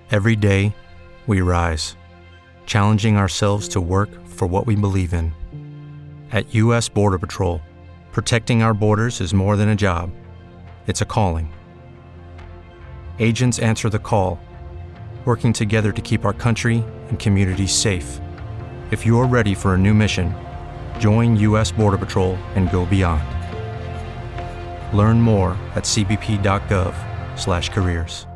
Every day, we rise, challenging ourselves to work for what we believe in. At U.S. Border Patrol, protecting our borders is more than a job. It's a calling. Agents answer the call, working together to keep our country and communities safe. If you're ready for a new mission, join U.S. Border Patrol and go beyond. Learn more at cbp.gov/careers.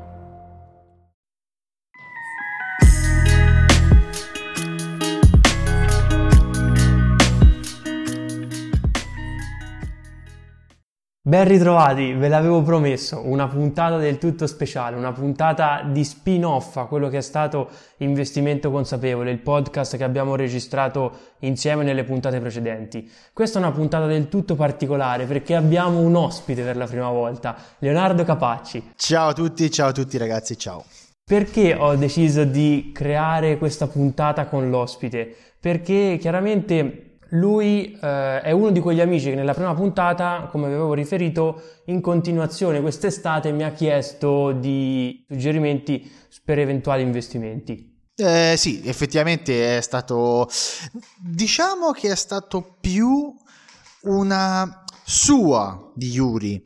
Ben ritrovati, ve l'avevo promesso, una puntata del tutto speciale, una puntata di spin-off a quello che è stato Investimento Consapevole, il podcast che abbiamo registrato insieme nelle puntate precedenti. Questa è una puntata del tutto particolare perché abbiamo un ospite per la prima volta, Leonardo Capacci. Ciao a tutti ragazzi, ciao. Perché ho deciso di creare questa puntata con l'ospite? Perché chiaramente lui è uno di quegli amici che nella prima puntata, come vi avevo riferito, in continuazione quest'estate mi ha chiesto di suggerimenti per eventuali investimenti. Sì, effettivamente è stato, diciamo che è stato più una sua di Yuri,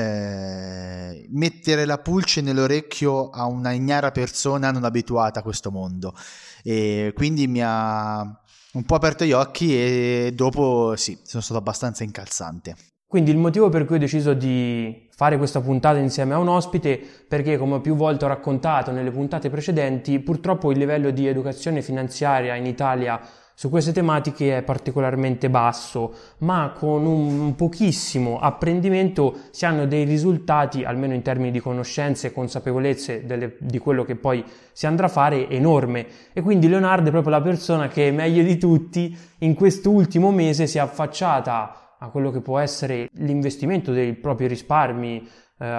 mettere la pulce nell'orecchio a una ignara persona non abituata a questo mondo, e quindi mi ha un po' aperto gli occhi e dopo sì, sono stato abbastanza incalzante. Quindi il motivo per cui ho deciso di fare questa puntata insieme a un ospite, perché come più volte ho raccontato nelle puntate precedenti, purtroppo il livello di educazione finanziaria in Italia su queste tematiche è particolarmente basso, ma con un pochissimo apprendimento si hanno dei risultati, almeno in termini di conoscenze e consapevolezze di quello che poi si andrà a fare, enorme. E quindi Leonardo è proprio la persona che meglio di tutti in quest'ultimo mese si è affacciata a quello che può essere l'investimento dei propri risparmi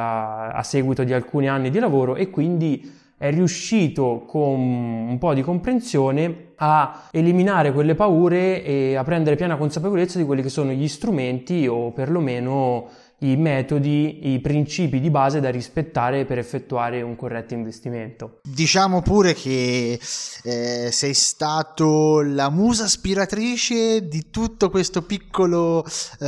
a seguito di alcuni anni di lavoro, e quindi è riuscito con un po' di comprensione a eliminare quelle paure e a prendere piena consapevolezza di quelli che sono gli strumenti o perlomeno i metodi, i principi di base da rispettare per effettuare un corretto investimento. Diciamo pure che sei stato la musa ispiratrice di tutto questo piccolo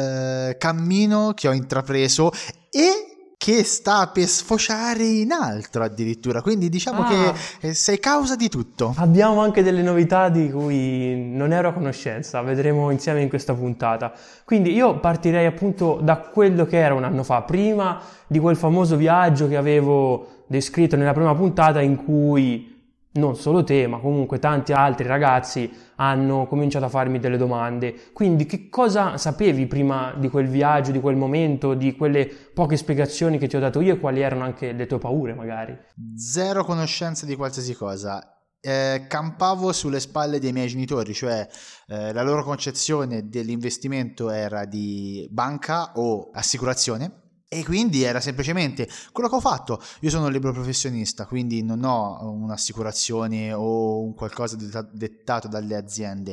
cammino che ho intrapreso e che sta per sfociare in altro addirittura, quindi diciamo che sei causa di tutto. Abbiamo anche delle novità di cui non ero a conoscenza, vedremo insieme in questa puntata. Quindi io partirei appunto da quello che era un anno fa, prima di quel famoso viaggio che avevo descritto nella prima puntata, in cui non solo te, ma comunque tanti altri ragazzi hanno cominciato a farmi delle domande. Quindi che cosa sapevi prima di quel viaggio, di quel momento, di quelle poche spiegazioni che ti ho dato io, e quali erano anche le tue paure magari? Zero conoscenza di qualsiasi cosa. Campavo sulle spalle dei miei genitori, cioè la loro concezione dell'investimento era di banca o assicurazione. E quindi era semplicemente quello che ho fatto. Io sono un libero professionista, quindi non ho un'assicurazione o un qualcosa dettato dalle aziende,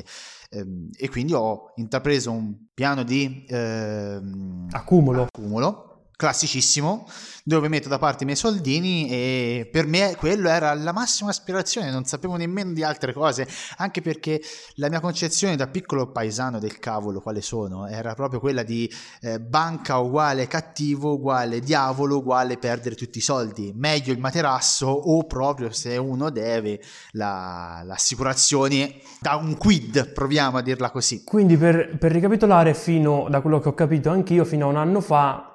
e quindi ho intrapreso un piano di accumulo classicissimo, dove metto da parte i miei soldini, e per me quello era la massima aspirazione, non sapevo nemmeno di altre cose, anche perché la mia concezione da piccolo paesano del cavolo, quale sono, era proprio quella di banca uguale cattivo, uguale diavolo, uguale perdere tutti i soldi, meglio il materasso, o proprio se uno deve l'assicurazione da un quid, proviamo a dirla così. Quindi per ricapitolare, da quello che ho capito anch'io, fino a un anno fa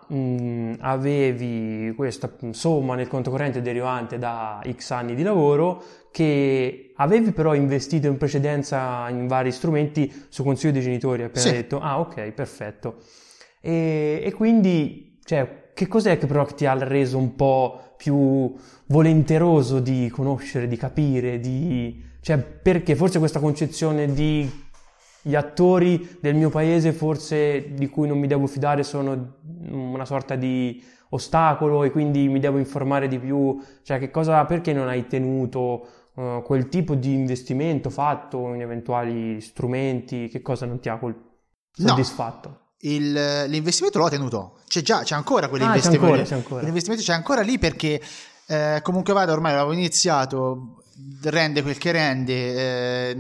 avevi questa somma nel conto corrente derivante da X anni di lavoro, che avevi però investito in precedenza in vari strumenti su consiglio dei genitori, appena detto. Ah, ok, perfetto. E quindi, cioè, che cos'è che però ti ha reso un po' più volenteroso di conoscere, di capire, cioè, perché forse questa concezione di gli attori del mio paese, forse di cui non mi devo fidare, sono una sorta di ostacolo, e quindi mi devo informare di più. Cioè, perché non hai tenuto quel tipo di investimento fatto in eventuali strumenti? Che cosa non ti ha soddisfatto? No. L'investimento l'ho tenuto, c'è ancora quell'investimento. C'è ancora. L'investimento c'è ancora lì, perché Comunque vada, ormai l'avevo iniziato, rende quel che rende,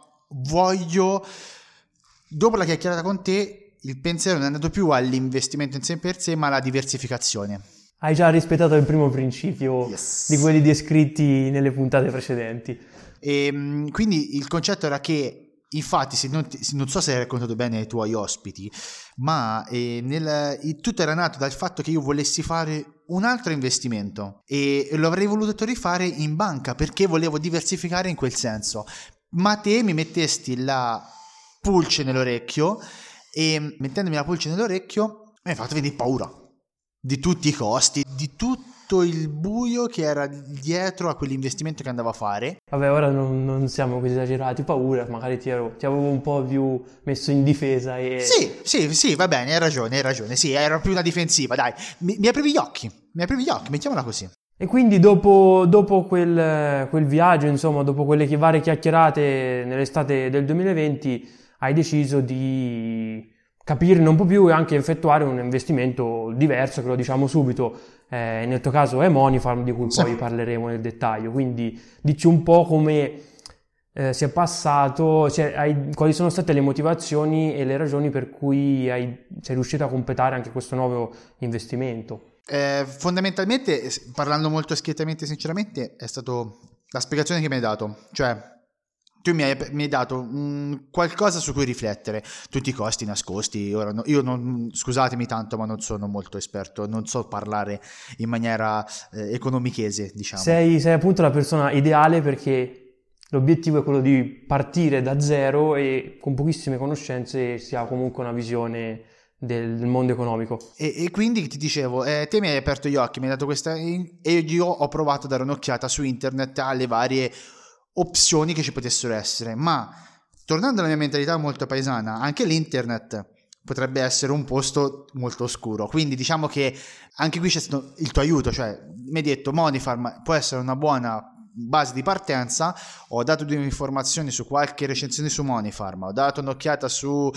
dopo la chiacchierata con te, il pensiero non è andato più all'investimento in sé per sé, ma alla diversificazione. Hai già rispettato il primo principio di quelli descritti nelle puntate precedenti. E quindi il concetto era che, infatti, non so se hai raccontato bene ai tuoi ospiti, ma tutto era nato dal fatto che io volessi fare un altro investimento e lo avrei voluto rifare in banca perché volevo diversificare in quel senso, ma te mi mettesti la pulce nell'orecchio e mettendomi la pulce nell'orecchio mi hai fatto venire paura di tutti i costi, di tutto il buio che era dietro a quell'investimento che andavo a fare. Vabbè, ora non siamo così esagerati, paura, magari ti avevo un po' più messo in difesa e... Sì, va bene, hai ragione, sì, era più una difensiva, dai, mi aprivi gli occhi, mettiamola così. E quindi dopo quel viaggio, insomma, dopo quelle varie chiacchierate nell'estate del 2020, hai deciso di capirne un po' più e anche effettuare un investimento diverso, che lo diciamo subito, nel tuo caso è Moneyfarm, di cui poi parleremo nel dettaglio. Quindi dici un po' come si è passato, quali sono state le motivazioni e le ragioni per cui sei riuscito a completare anche questo nuovo investimento. Fondamentalmente, parlando molto schiettamente e sinceramente, è stato la spiegazione che mi hai dato, cioè tu mi hai dato qualcosa su cui riflettere, tutti i costi nascosti. Ora scusatemi tanto, ma non sono molto esperto, non so parlare in maniera economichese, diciamo. Sei appunto la persona ideale, perché l'obiettivo è quello di partire da zero e con pochissime conoscenze si ha comunque una visione del mondo economico. E quindi ti dicevo, te mi hai aperto gli occhi, mi hai dato questa, e io ho provato a dare un'occhiata su internet alle varie opzioni che ci potessero essere, ma tornando alla mia mentalità molto paesana, anche l'internet potrebbe essere un posto molto oscuro, quindi diciamo che anche qui c'è stato il tuo aiuto, cioè mi hai detto Moneyfarm può essere una buona base di partenza. Ho dato due informazioni su qualche recensione su Moneyfarm, ho dato un'occhiata su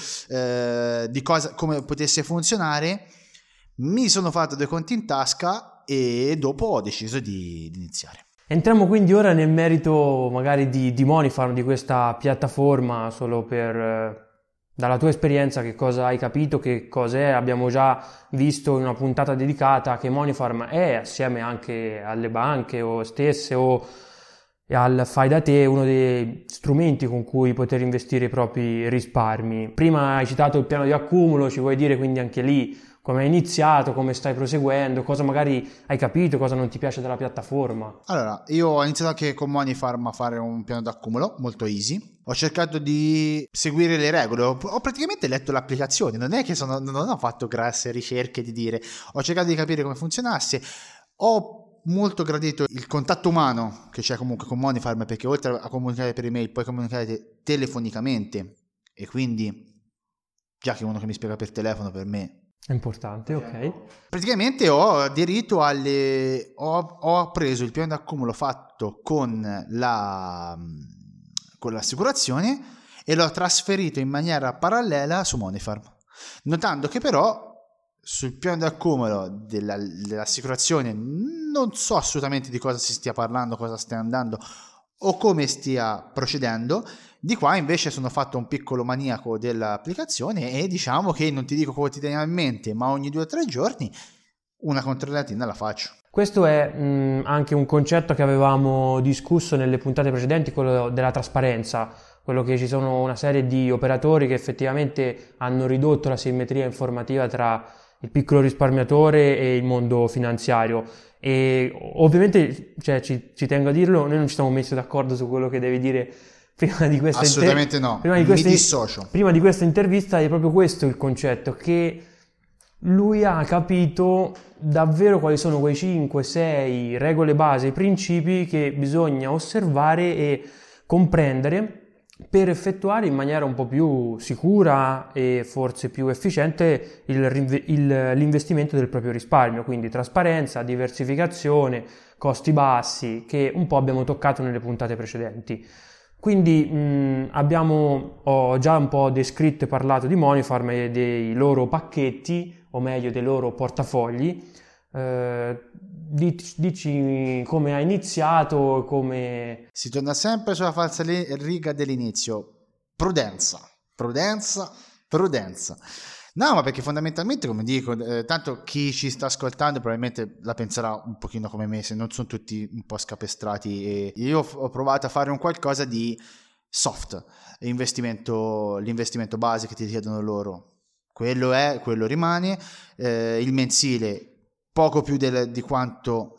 come potesse funzionare, mi sono fatto dei conti in tasca e dopo ho deciso di iniziare. Entriamo quindi ora nel merito magari di Moneyfarm, di questa piattaforma, solo per dalla tua esperienza che cosa hai capito, che cos'è. Abbiamo già visto in una puntata dedicata che Moneyfarm è, assieme anche alle banche o stesse o al fai da te, uno dei strumenti con cui poter investire i propri risparmi. Prima hai citato il piano di accumulo, ci vuoi dire quindi anche lì come hai iniziato, come stai proseguendo, cosa magari hai capito, cosa non ti piace della piattaforma? Allora, io ho iniziato anche con Moneyfarm a fare un piano d'accumulo molto easy. Ho cercato di seguire le regole, ho praticamente letto l'applicazione, non è che non ho fatto grasse ricerche di dire, ho cercato di capire come funzionasse. Ho molto gradito il contatto umano che c'è comunque con Moneyfarm, perché oltre a comunicare per email puoi comunicare telefonicamente, e quindi già che uno che mi spiega per telefono per me è importante, ok. Praticamente ho aderito ho preso il piano d'accumulo fatto con l'assicurazione e l'ho trasferito in maniera parallela su Moneyfarm, notando che però sul piano d'accumulo dell'assicurazione non so assolutamente di cosa si stia parlando, cosa stia andando o come stia procedendo. Di qua invece sono fatto un piccolo maniaco dell'applicazione e diciamo che non ti dico quotidianamente, ma ogni 2 o 3 giorni una controllatina la faccio. Questo è anche un concetto che avevamo discusso nelle puntate precedenti, quello della trasparenza, quello che ci sono una serie di operatori che effettivamente hanno ridotto la simmetria informativa tra il piccolo risparmiatore e il mondo finanziario. E ovviamente, cioè, ci tengo a dirlo, noi non ci siamo messi d'accordo su quello che devi dire prima di questa assolutamente no, mi dissocio. Prima di questa intervista è proprio questo il concetto, che lui ha capito davvero quali sono quei 5-6 regole base, principi che bisogna osservare e comprendere per effettuare in maniera un po' più sicura e forse più efficiente l'investimento del proprio risparmio, quindi trasparenza, diversificazione, costi bassi, che un po' abbiamo toccato nelle puntate precedenti. Quindi ho già un po' descritto e parlato di Moneyfarm e dei loro pacchetti, o meglio dei loro portafogli. Dici come hai iniziato, come... Si torna sempre sulla falsa riga dell'inizio. Prudenza. No, ma perché fondamentalmente, come dico, tanto chi ci sta ascoltando probabilmente la penserà un pochino come me, se non sono tutti un po' scapestrati. E io ho provato a fare un qualcosa di soft, l'investimento base che ti chiedono loro. Quello è, quello rimane, il mensile poco più di quanto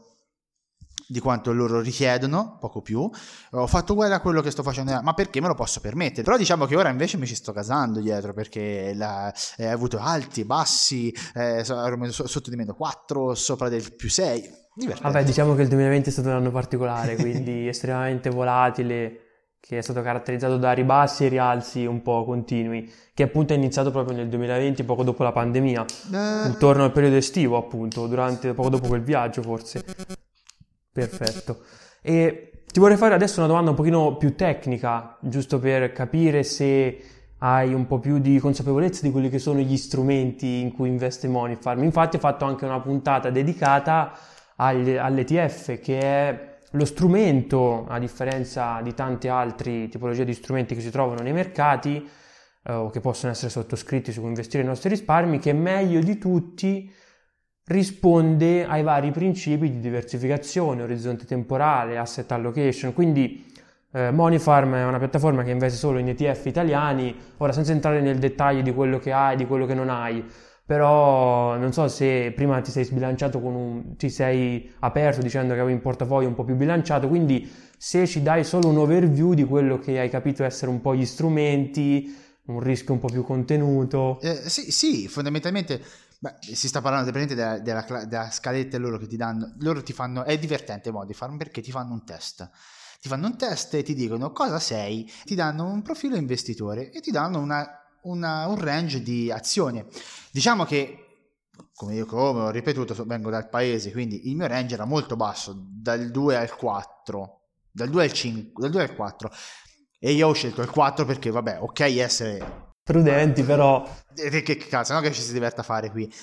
loro richiedono, poco più. Ho fatto uguale a quello che sto facendo, ma perché me lo posso permettere? Però diciamo che ora invece mi ci sto casando dietro, perché ho avuto alti e bassi, ero sotto di meno 4, sopra del più 6. Divertente. Vabbè, diciamo che il 2020 è stato un anno particolare, quindi estremamente volatile, che è stato caratterizzato da ribassi e rialzi un po' continui, che appunto è iniziato proprio nel 2020, poco dopo la pandemia, intorno al periodo estivo, appunto, poco dopo quel viaggio forse. Perfetto. E ti vorrei fare adesso una domanda un pochino più tecnica, giusto per capire se hai un po' più di consapevolezza di quelli che sono gli strumenti in cui investe Moneyfarm. Infatti ho fatto anche una puntata dedicata all'ETF, che è lo strumento, a differenza di tante altre tipologie di strumenti che si trovano nei mercati o che possono essere sottoscritti su cui investire i nostri risparmi, che meglio di tutti risponde ai vari principi di diversificazione, orizzonte temporale, asset allocation. Quindi Moneyfarm è una piattaforma che investe solo in ETF italiani, ora senza entrare nel dettaglio di quello che hai e di quello che non hai, però non so se prima ti sei sbilanciato ti sei aperto dicendo che avevi un portafoglio un po' più bilanciato, quindi se ci dai solo un overview di quello che hai capito essere un po' gli strumenti, un rischio un po' più contenuto. Sì, fondamentalmente si sta parlando della scaletta loro che ti danno, loro ti fanno, è divertente Moneyfarm perché ti fanno un test e ti dicono cosa sei, ti danno un profilo investitore e ti danno un range di azioni. Diciamo che, come ho ripetuto, vengo dal paese, quindi il mio range era molto basso, dal 2 al 4, dal 2 al 5, dal 2 al 4, e io ho scelto il 4 perché vabbè, ok essere prudenti, però che cazzo, no, che ci si diverte a fare qui.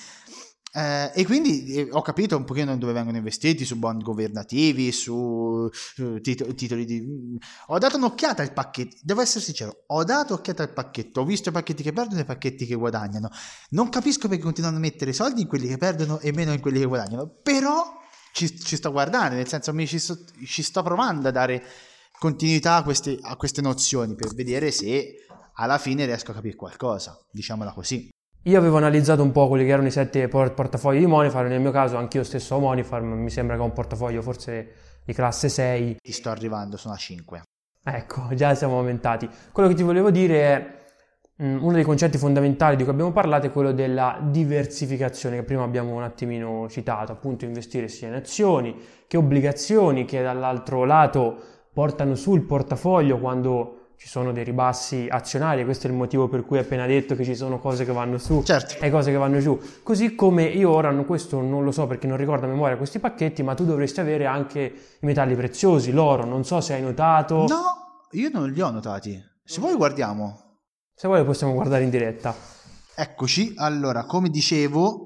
E quindi ho capito un pochino dove vengono investiti, su bond governativi, su titoli di... Ho dato un'occhiata al pacchetto, devo essere sincero, ho visto i pacchetti che perdono e i pacchetti che guadagnano. Non capisco perché continuano a mettere soldi in quelli che perdono e meno in quelli che guadagnano, però ci sto guardando, nel senso ci sto provando a dare continuità a queste nozioni per vedere se alla fine riesco a capire qualcosa, diciamola così. Io avevo analizzato un po' quelli che erano i 7 portafogli di Moneyfarm, nel mio caso anch'io stesso ho Moneyfarm, mi sembra che ho un portafoglio forse di classe 6. Ti sto arrivando, sono a 5. Ecco, già siamo aumentati. Quello che ti volevo dire è, uno dei concetti fondamentali di cui abbiamo parlato è quello della diversificazione, che prima abbiamo un attimino citato, appunto investire sia in azioni che obbligazioni, che dall'altro lato portano sul portafoglio quando ci sono dei ribassi azionari. Questo è il motivo per cui ho appena detto che ci sono cose che vanno su e cose che vanno giù. Così come io ora questo non lo so perché non ricordo a memoria questi pacchetti, ma tu dovresti avere anche i metalli preziosi, l'oro, non so se hai notato. No, io non li ho notati. Se vuoi guardiamo. Se vuoi possiamo guardare in diretta. Eccoci, allora, come dicevo,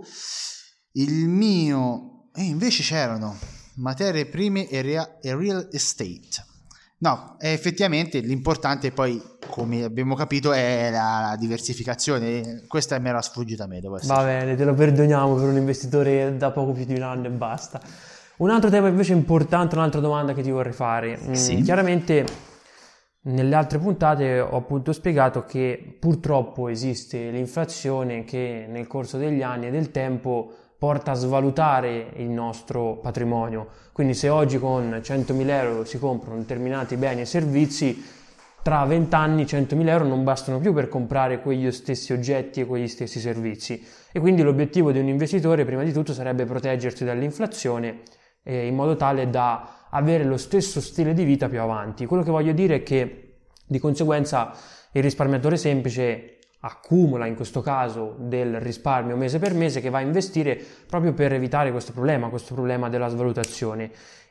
il mio... invece c'erano materie prime e real estate. No, effettivamente l'importante poi, come abbiamo capito, è la diversificazione. Questa mi era sfuggita a me, devo essere. Va bene, te lo perdoniamo per un investitore da poco più di un anno e basta. Un altro tema invece importante, un'altra domanda che ti vorrei fare. Sì. Chiaramente nelle altre puntate ho appunto spiegato che purtroppo esiste l'inflazione che nel corso degli anni e del tempo porta a svalutare il nostro patrimonio. Quindi se oggi con 100.000 euro si comprano determinati beni e servizi, tra 20 anni 100.000 euro non bastano più per comprare quegli stessi oggetti e quegli stessi servizi. E quindi l'obiettivo di un investitore prima di tutto sarebbe proteggersi dall'inflazione in modo tale da avere lo stesso stile di vita più avanti. Quello che voglio dire è che di conseguenza il risparmiatore semplice accumula in questo caso del risparmio mese per mese che va a investire proprio per evitare questo problema della svalutazione.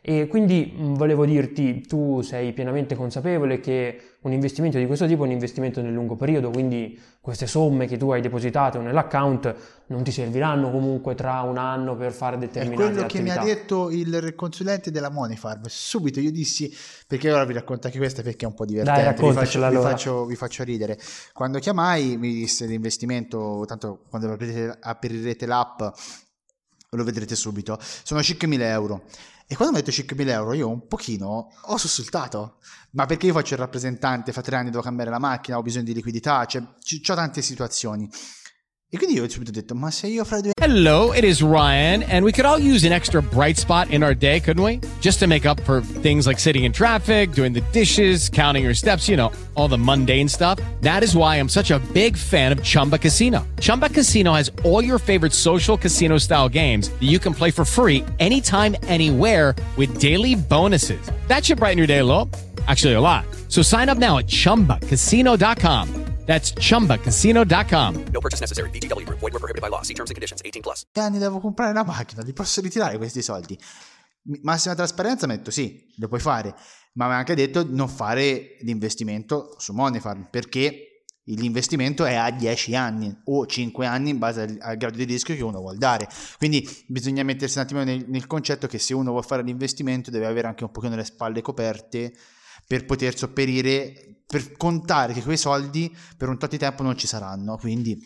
E quindi volevo dirti, tu sei pienamente consapevole che un investimento di questo tipo è un investimento nel lungo periodo, quindi queste somme che tu hai depositato nell'account non ti serviranno comunque tra un anno per fare determinate attività. È quello che mi ha detto il consulente della Money Farm. Subito io dissi, perché ora vi racconto anche questa perché è un po' divertente. Dai, raccontacela allora. Vi faccio ridere. Quando chiamai mi disse l'investimento, tanto quando aprirete l'app lo vedrete subito, sono 5.000 euro. E quando mi ha detto 5.000 euro io un pochino ho sussultato, ma perché io faccio il rappresentante, fra 3 anni devo cambiare la macchina, ho bisogno di liquidità, cioè c'ho tante situazioni. E quindi io subito ho detto, ma se io fra 2 Hello, it is Ryan, and we could all use an extra bright spot in our day, couldn't we? Just to make up for things like sitting in traffic, doing the dishes, counting your steps, you know, all the mundane stuff. That is why I'm such a big fan of Chumba Casino. Chumba Casino has all your favorite social casino-style games that you can play for free anytime, anywhere with daily bonuses. That should brighten your day a little. Actually, a lot. So sign up now at ChumbaCasino.com. That's ChumbaCasino.com. No purchase necessary. VGW Group. Void where prohibited by law. See terms and conditions. 18+. anni devo comprare la macchina, li posso ritirare questi soldi? Massima trasparenza, mi ha detto sì, lo puoi fare, ma mi ha anche detto non fare l'investimento su Money Farm, perché l'investimento è a 10 anni o 5 anni in base al grado di rischio che uno vuole dare. Quindi bisogna mettersi un attimo nel concetto che se uno vuole fare l'investimento deve avere anche un pochino le spalle coperte per poter sopperire, per contare che quei soldi per un tot di tempo non ci saranno. Quindi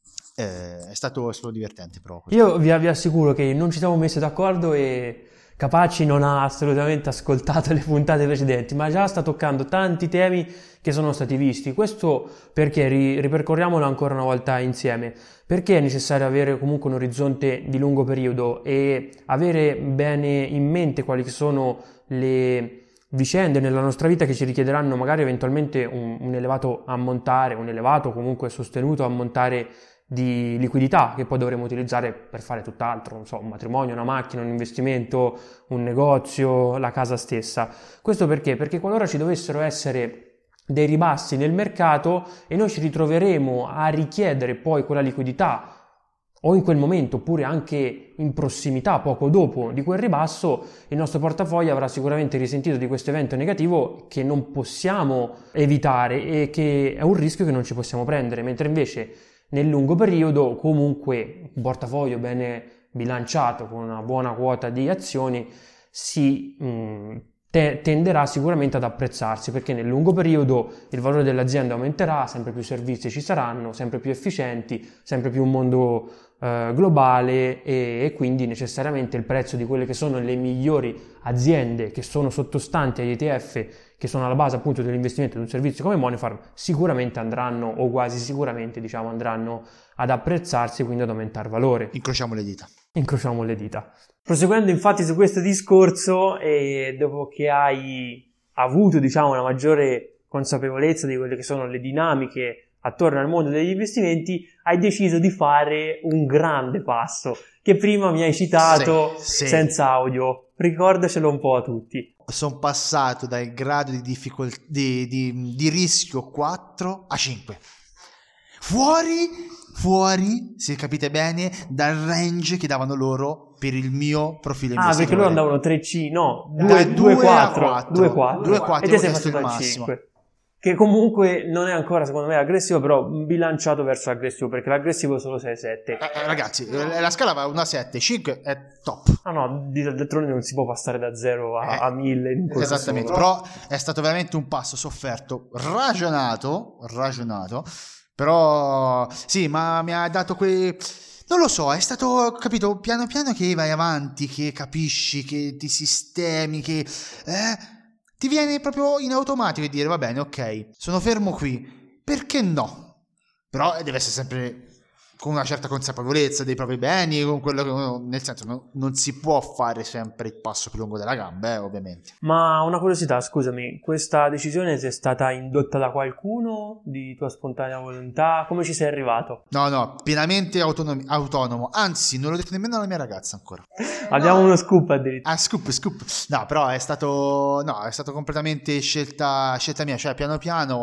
è stato solo divertente. Però io vi assicuro che non ci siamo messi d'accordo e Capaci non ha assolutamente ascoltato le puntate precedenti, ma già sta toccando tanti temi che sono stati visti. Questo perché, ripercorriamolo ancora una volta insieme, perché è necessario avere comunque un orizzonte di lungo periodo e avere bene in mente quali sono le vicende nella nostra vita che ci richiederanno magari eventualmente un elevato ammontare, un elevato comunque sostenuto ammontare di liquidità che poi dovremo utilizzare per fare tutt'altro, non so, un matrimonio, una macchina, un investimento, un negozio, la casa stessa. Questo perché? Perché qualora ci dovessero essere dei ribassi nel mercato e noi ci ritroveremo a richiedere poi quella liquidità o in quel momento oppure anche in prossimità, poco dopo di quel ribasso, il nostro portafoglio avrà sicuramente risentito di questo evento negativo che non possiamo evitare e che è un rischio che non ci possiamo prendere, mentre invece nel lungo periodo comunque un portafoglio bene bilanciato con una buona quota di azioni si tenderà sicuramente ad apprezzarsi, perché nel lungo periodo il valore dell'azienda aumenterà, sempre più servizi ci saranno, sempre più efficienti, sempre più un mondo globale e quindi necessariamente il prezzo di quelle che sono le migliori aziende che sono sottostanti agli ETF, che sono alla base appunto dell'investimento di un servizio come Money Farm, sicuramente andranno, o quasi sicuramente diciamo, andranno ad apprezzarsi e quindi ad aumentare valore. Incrociamo le dita. Incrociamo le dita. Proseguendo infatti su questo discorso, e dopo che hai avuto diciamo una maggiore consapevolezza di quelle che sono le dinamiche attorno al mondo degli investimenti, hai deciso di fare un grande passo che prima mi hai citato senza audio. Ricordacelo un po' a tutti. Sono passato dal grado di difficoltà di rischio 4 a 5. Fuori, se capite bene, dal range che davano loro per il mio profilo investitore. Ah, perché loro andavano 3C, no, 2-4. 2-4 e te sei passato al 5. Che comunque non è ancora secondo me aggressivo, però bilanciato verso l'aggressivo, perché l'aggressivo è solo 6-7. Ragazzi, la scala va 1 a 7, 5 è top. No, d'altronde non si può passare da 0 a 1000. Esattamente, però è stato veramente un passo sofferto, ragionato, però sì, ma mi ha dato non lo so, è stato, capito, piano piano che vai avanti, che capisci, che ti sistemi, che ti viene proprio in automatico di dire va bene, ok, sono fermo qui, perché no? Però deve essere sempre con una certa consapevolezza dei propri beni, con quello che, nel senso non si può fare sempre il passo più lungo della gamba, ovviamente. Ma una curiosità, scusami, questa decisione è stata indotta da qualcuno di tua spontanea volontà? Come ci sei arrivato? No, pienamente autonomo, anzi non l'ho detto nemmeno alla mia ragazza ancora. Abbiamo uno scoop addirittura. Scoop. No, però è stato completamente scelta mia, cioè piano piano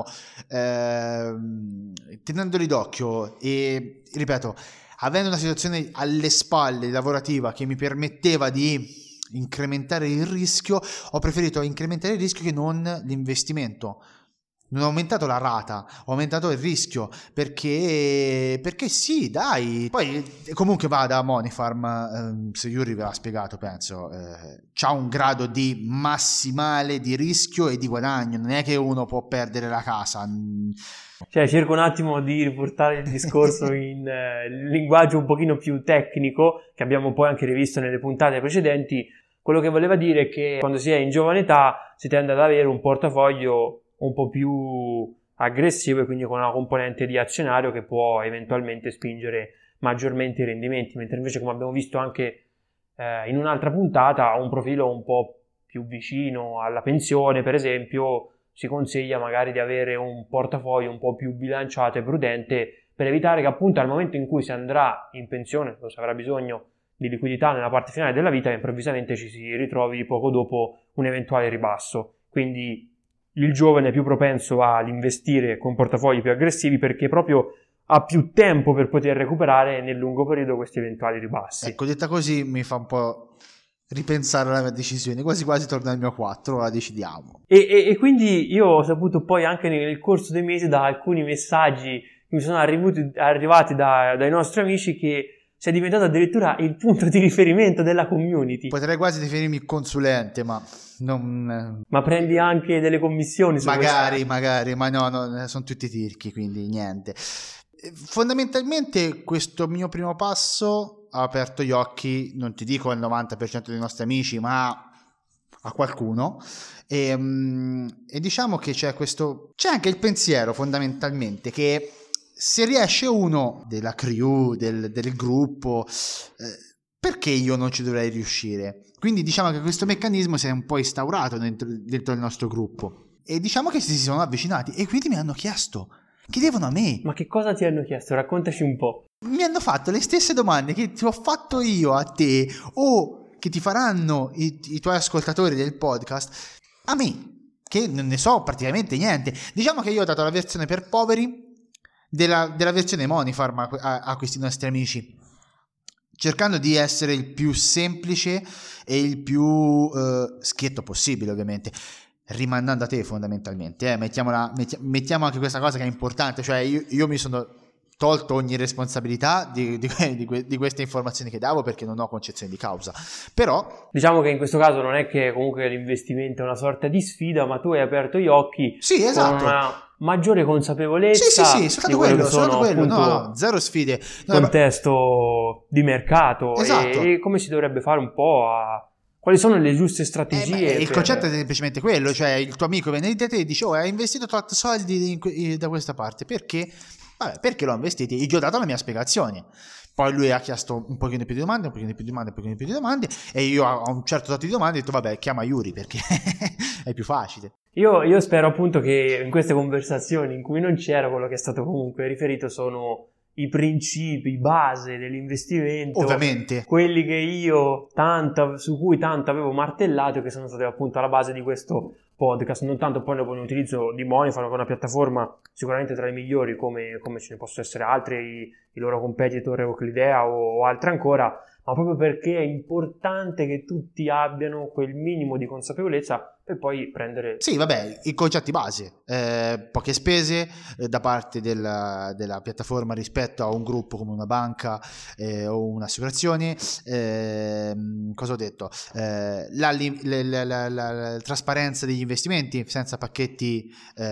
tenendoli d'occhio e ripeto, avendo una situazione alle spalle lavorativa che mi permetteva di incrementare il rischio, ho preferito incrementare il rischio che non l'investimento. Non ho aumentato la rata, ho aumentato il rischio, perché sì, dai. Poi comunque va da Moneyfarm, se Yuri ve l'ha spiegato, penso, c'ha un grado di massimale di rischio e di guadagno, non è che uno può perdere la casa. Cioè, cerco un attimo di riportare il discorso in linguaggio un pochino più tecnico, che abbiamo poi anche rivisto nelle puntate precedenti. Quello che voleva dire è che quando si è in giovane età si tende ad avere un portafoglio un po' più aggressivo e quindi con una componente di azionario che può eventualmente spingere maggiormente i rendimenti, mentre invece, come abbiamo visto anche in un'altra puntata, un profilo un po' più vicino alla pensione, per esempio, si consiglia magari di avere un portafoglio un po' più bilanciato e prudente per evitare che appunto al momento in cui si andrà in pensione, o si avrà bisogno di liquidità nella parte finale della vita, improvvisamente ci si ritrovi poco dopo un eventuale ribasso. Quindi il giovane è più propenso all'investire con portafogli più aggressivi perché proprio ha più tempo per poter recuperare nel lungo periodo questi eventuali ribassi. Ecco, detta così mi fa un po' ripensare alla mia decisione, quasi quasi torna al mio 4, la decidiamo. E quindi io ho saputo poi anche nel corso dei mesi da alcuni messaggi che mi sono arrivati dai nostri amici che sei diventato addirittura il punto di riferimento della community. Potrei quasi definirmi consulente, ma non... Ma prendi anche delle commissioni su magari, ma no, sono tutti tirchi, quindi niente. Fondamentalmente questo mio primo passo ha aperto gli occhi, non ti dico al 90% dei nostri amici, ma a qualcuno, e diciamo che c'è anche il pensiero fondamentalmente che se riesce uno della crew, del gruppo, perché io non ci dovrei riuscire? Quindi diciamo che questo meccanismo si è un po' instaurato dentro il nostro gruppo e diciamo che si sono avvicinati e quindi mi hanno chiesto, chiedevano a me. Ma che cosa ti hanno chiesto? Raccontaci un po'. Mi hanno fatto le stesse domande che ti ho fatto io a te o che ti faranno i tuoi ascoltatori del podcast a me, che non ne so praticamente niente. Diciamo che io ho dato la versione per poveri della versione Moneyfarm a questi nostri amici, cercando di essere il più semplice e il più schietto possibile, ovviamente, rimandando a te fondamentalmente. Mettiamo anche questa cosa che è importante, cioè io mi sono tolto ogni responsabilità di queste informazioni che davo perché non ho concezione di causa, però diciamo che in questo caso non è che comunque l'investimento è una sorta di sfida, ma tu hai aperto gli occhi, sì, esatto, con una maggiore consapevolezza sì, soltanto quello, no, zero sfide, contesto di mercato, esatto. e come si dovrebbe fare un po' quali sono le giuste strategie. Il concetto è semplicemente quello, cioè il tuo amico viene da te e dice hai investito tot soldi da questa parte, perché? Vabbè, perché l'ho investiti? Gli ho dato la mia spiegazione. Poi lui ha chiesto un pochino più di domande, e io a un certo dato di domande ho detto vabbè, chiama Yuri perché è più facile. Io spero appunto che in queste conversazioni in cui non c'era, quello che è stato comunque riferito sono i principi base dell'investimento, ovviamente quelli che su cui tanto avevo martellato, che sono stati appunto alla base di questo podcast, non tanto poi dopo l'utilizzo di Moneyfarm, che è una piattaforma sicuramente tra le migliori, come ce ne possono essere altre, i loro competitor Euclidea o altre ancora, ma proprio perché è importante che tutti abbiano quel minimo di consapevolezza per poi prendere... Sì, vabbè, i concetti base, poche spese da parte della piattaforma rispetto a un gruppo come una banca o un'assicurazione, cosa ho detto? La trasparenza degli investimenti senza pacchetti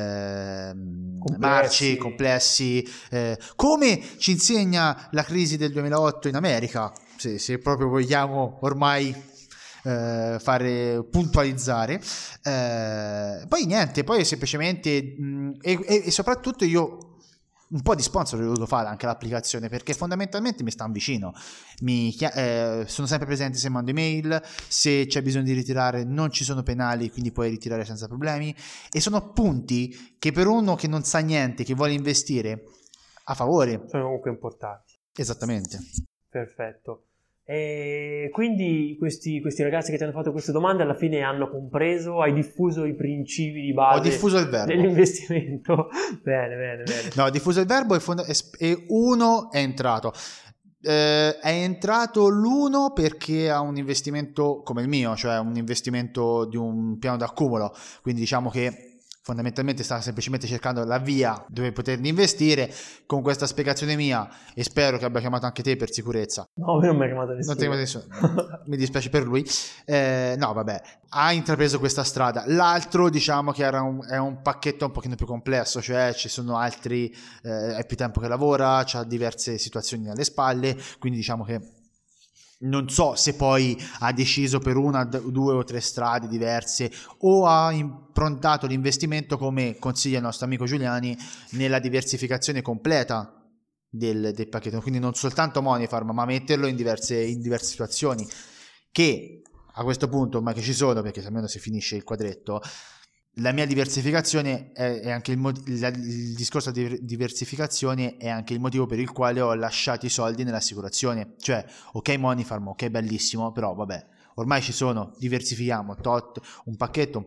marci, complessi, come ci insegna la crisi del 2008 in America, se proprio vogliamo ormai puntualizzare, poi niente, poi semplicemente e soprattutto io un po' di sponsor ho dovuto fare anche l'applicazione, perché fondamentalmente mi stanno vicino, sono sempre presenti se mando email, se c'è bisogno di ritirare non ci sono penali, quindi puoi ritirare senza problemi, e sono punti che per uno che non sa niente, che vuole investire, a favore, sono comunque importanti. Esattamente. Perfetto. E quindi questi ragazzi che ti hanno fatto queste domande alla fine hanno compreso, hai diffuso i principi di base, ho diffuso il verbo dell'investimento. Bene. No, ho diffuso il verbo e uno è entrato. È entrato l'uno perché ha un investimento come il mio, cioè un investimento di un piano d'accumulo, quindi diciamo che fondamentalmente sta semplicemente cercando la via dove poter investire. Con questa spiegazione mia, e spero che abbia chiamato anche te per sicurezza. No, non mi ha chiamato nessuno. Non ti ha chiamato nessuno. Mi dispiace per lui. No, vabbè, ha intrapreso questa strada. L'altro, diciamo che è un pacchetto un pochino più complesso, cioè ci sono altri, è più tempo che lavora, ha diverse situazioni alle spalle, quindi diciamo che non so se poi ha deciso per una, due o tre strade diverse o ha improntato l'investimento, come consiglia il nostro amico Giuliani, nella diversificazione completa del pacchetto, quindi non soltanto Money Farm, ma metterlo in diverse situazioni, che a questo punto, ma che ci sono, perché almeno si finisce il quadretto. La mia diversificazione è anche il discorso di diversificazione è anche il motivo per il quale ho lasciato i soldi nell'assicurazione. Cioè, ok Money Farm, ok bellissimo, però vabbè, ormai ci sono, diversifichiamo, un pacchetto,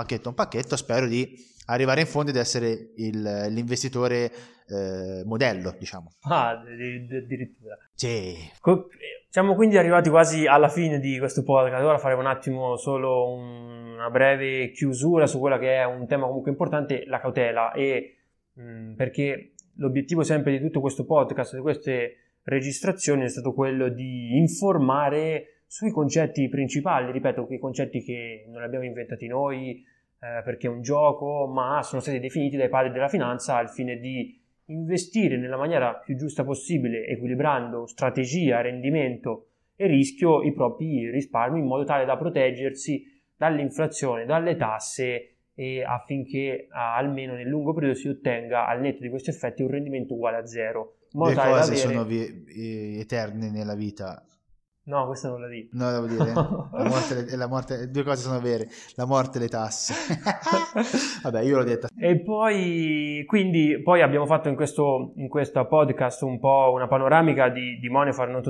spero di arrivare in fondo ed essere l'investitore modello, diciamo. Addirittura. Sì. Siamo quindi arrivati quasi alla fine di questo podcast. Ora faremo un attimo solo una breve chiusura su quella che è un tema comunque importante, la cautela, e perché l'obiettivo sempre di tutto questo podcast, di queste registrazioni, è stato quello di informare sui concetti principali, ripeto, quei concetti che non abbiamo inventati noi perché è un gioco, ma sono stati definiti dai padri della finanza al fine di investire nella maniera più giusta possibile, equilibrando strategia, rendimento e rischio, i propri risparmi in modo tale da proteggersi dall'inflazione, dalle tasse, e affinché almeno nel lungo periodo si ottenga, al netto di questi effetti, un rendimento uguale a zero. Le cose sono eterne nella vita. No, questa non la dico. No, devo dire, la morte, due cose sono vere, la morte e le tasse. Vabbè, io l'ho detta. E poi abbiamo fatto in questo podcast un po' una panoramica di Money Farm,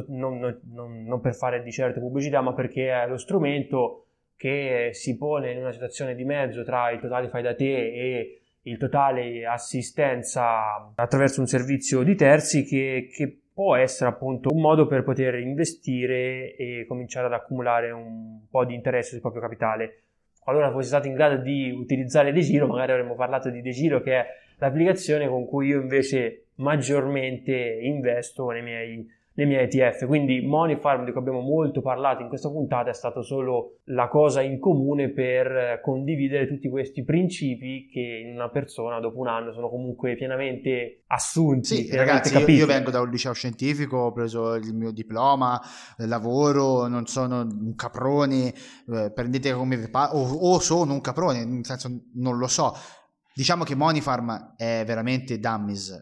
non per fare di certo pubblicità, ma perché è lo strumento che si pone in una situazione di mezzo tra il totale fai da te e il totale assistenza attraverso un servizio di terzi, che può essere appunto un modo per poter investire e cominciare ad accumulare un po' di interesse sul proprio capitale. Qualora fosse stato in grado di utilizzare DEGIRO, magari avremmo parlato di DEGIRO, che è l'applicazione con cui io invece maggiormente investo nei miei ETF. Quindi Money Farm, di cui abbiamo molto parlato in questa puntata, è stato solo la cosa in comune per condividere tutti questi principi che in una persona dopo un anno sono comunque pienamente assunti. Sì, ragazzi, io vengo da un liceo scientifico, ho preso il mio diploma, lavoro, non sono un caprone, prendete come o sono un caprone, nel senso non lo so. Diciamo che Money Farm è veramente dummies.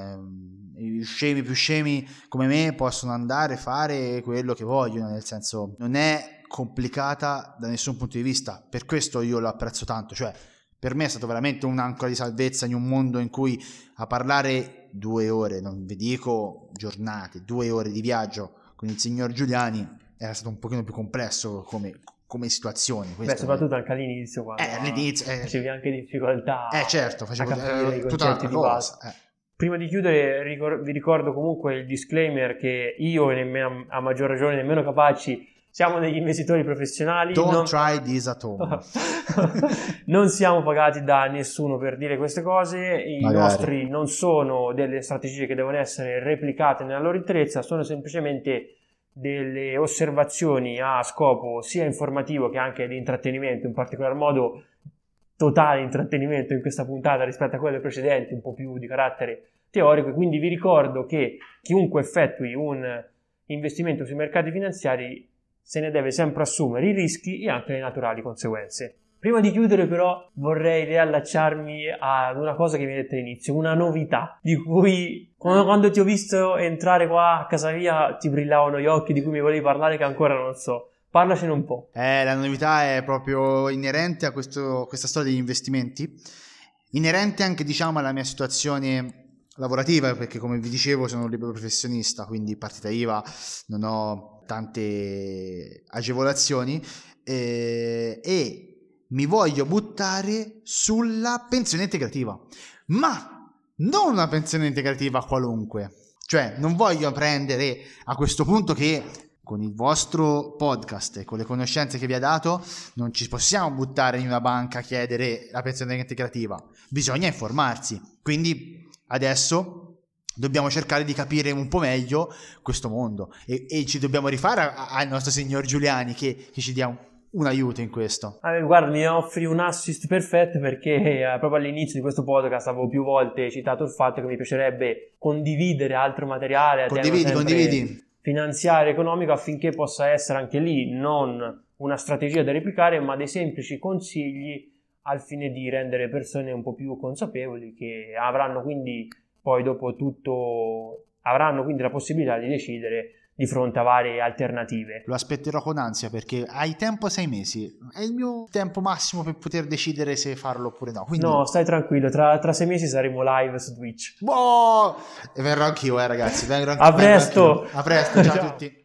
I scemi più scemi come me possono andare a fare quello che vogliono, nel senso non è complicata da nessun punto di vista. Per questo io lo apprezzo tanto, cioè per me è stato veramente un'ancora di salvezza in un mondo in cui a parlare 2 ore, non vi dico giornate, 2 ore di viaggio con il signor Giuliani era stato un pochino più complesso come situazione. Beh, soprattutto anche all'inizio, quando facevi anche difficoltà certo, facevo a capire i concetti di base. Prima di chiudere vi ricordo comunque il disclaimer che io e nemmeno, a maggior ragione nemmeno Capaci, siamo degli investitori professionali. Try this at home. Non siamo pagati da nessuno per dire queste cose. Nostri non sono delle strategie che devono essere replicate nella loro interezza, sono semplicemente delle osservazioni a scopo sia informativo che anche di intrattenimento, in particolar modo totale intrattenimento in questa puntata rispetto a quelle precedenti, un po' più di carattere teorico. E quindi vi ricordo che chiunque effettui un investimento sui mercati finanziari se ne deve sempre assumere i rischi e anche le naturali conseguenze. Prima di chiudere però vorrei riallacciarmi ad una cosa che mi hai detto all'inizio, una novità di cui quando ti ho visto entrare qua a casa mia ti brillavano gli occhi, di cui mi volevi parlare, che ancora non so. Parlacene un po'. La novità è proprio inerente a questa storia degli investimenti, inerente anche diciamo alla mia situazione lavorativa, perché come vi dicevo sono un libero professionista, quindi partita IVA, non ho tante agevolazioni e mi voglio buttare sulla pensione integrativa, ma non una pensione integrativa qualunque. Cioè, non voglio prendere a questo punto che con il vostro podcast e con le conoscenze che vi ha dato non ci possiamo buttare in una banca a chiedere la pensione integrativa, bisogna informarsi. Quindi adesso dobbiamo cercare di capire un po' meglio questo mondo e ci dobbiamo rifare al nostro signor Giuliani che ci dia un aiuto in questo. Guarda, mi offri un assist perfetto, perché proprio all'inizio di questo podcast avevo più volte citato il fatto che mi piacerebbe condividere altro materiale a condividi finanziario, economico, affinché possa essere anche lì non una strategia da replicare, ma dei semplici consigli al fine di rendere persone un po' più consapevoli, che avranno quindi poi dopo tutto la possibilità di decidere di fronte a varie alternative. Lo aspetterò con ansia, perché hai tempo 6 mesi, è il mio tempo massimo per poter decidere se farlo oppure no. Quindi... No, stai tranquillo, tra 6 mesi saremo live su Twitch. Boh! E verrò anch'io, ragazzi. A presto! A presto, ciao a tutti.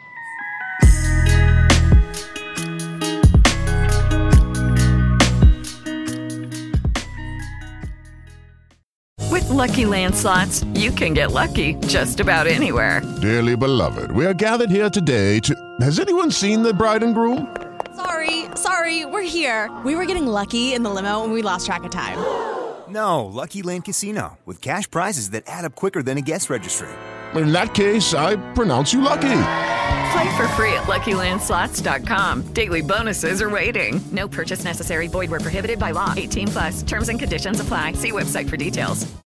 With Lucky Land Slots, you can get lucky just about anywhere. Dearly beloved, we are gathered here today to... Has anyone seen the bride and groom? Sorry, we're here. We were getting lucky in the limo and we lost track of time. No, Lucky Land Casino, with cash prizes that add up quicker than a guest registry. In that case, I pronounce you lucky. Play for free at LuckyLandSlots.com. Daily bonuses are waiting. No purchase necessary. Void where prohibited by law. 18+. Terms and conditions apply. See website for details.